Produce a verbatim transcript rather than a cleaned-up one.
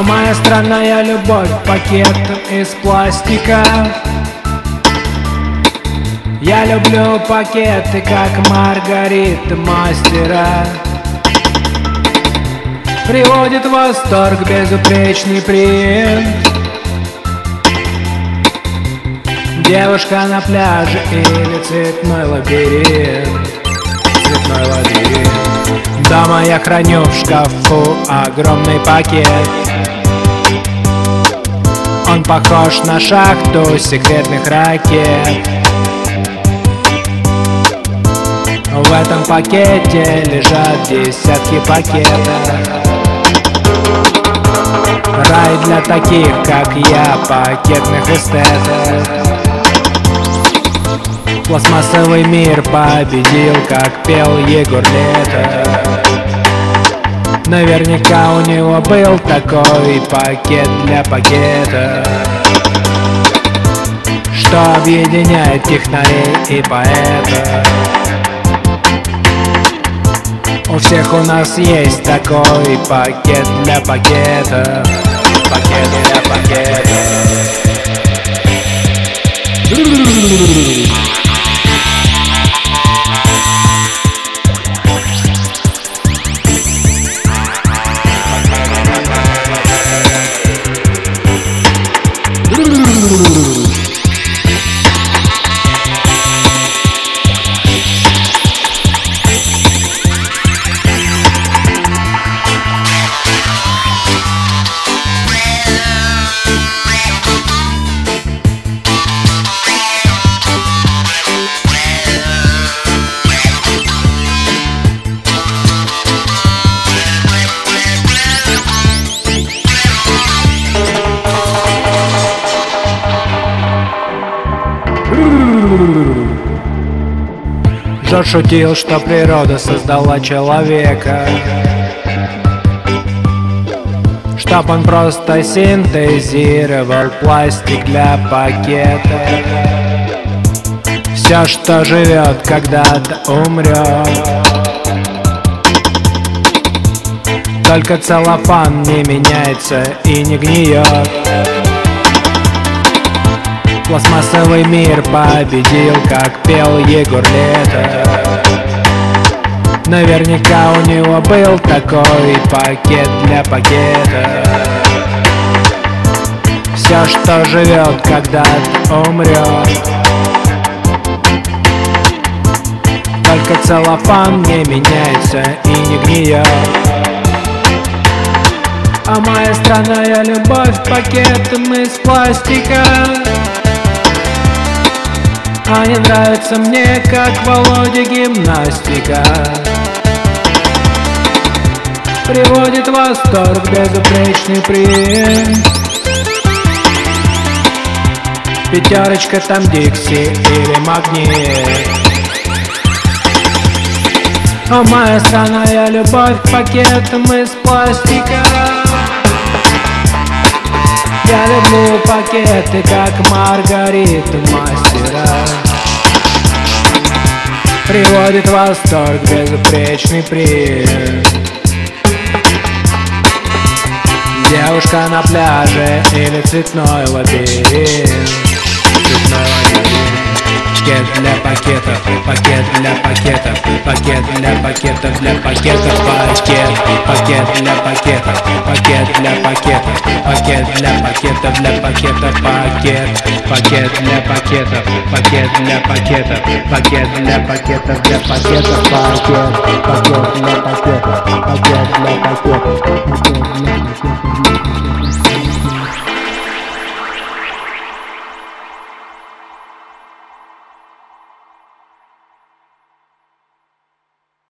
моя странная любовь пакет из пластика. Я люблю пакеты, как Маргарита мастера. Приводит в восторг безупречный принт. Девушка на пляже или цветной лабиринт. Цветной лабиринт. Дома я храню в шкафу огромный пакет. Он похож на шахту секретных ракет. В этом пакете лежат десятки пакетов. Рай для таких, как я, пакетных эстетов. Пластмассовый мир победил, как пел Егор Летов. Наверняка у него был такой пакет для пакета, что объединяет технарей и поэтов. У всех у нас есть такой пакет для пакета. Пакет для пакета. Джо шутил, что природа создала человека, чтоб он просто синтезировал пластик для пакета. Все, что живет, когда-то умрет. Только целлофан не меняется и не гниет. Пластмассовый мир победил, как пел Егор Летов. Наверняка у него был такой пакет для пакета. Все, что живет, когда-то умрет. Только целлофан не меняется и не гниет. А моя странная любовь пакетом из пластика. А не нравится мне, как Володя гимнастика. Приводит в восторг безупречный принт. Пятерочка там Дикси или Магнит. А моя странная любовь пакетом из пластика. Я люблю пакеты, как Маргарита мастера. Приводит в восторг безупречный принт. Девушка на пляже или цветной лабиринт. Цветной лабиринт. Пакет для пакетов, пакет для пакетов, пакет для пакетов, для пакетов, пакет, пакет для пакетов, пакет для пакетов, пакет для пакетов, для пакетов, пакет, пакет для пакетов, пакет для пакетов, пакет для пакетов, для пакетов, пакет, пакет для пакетов, пакет для пакетов.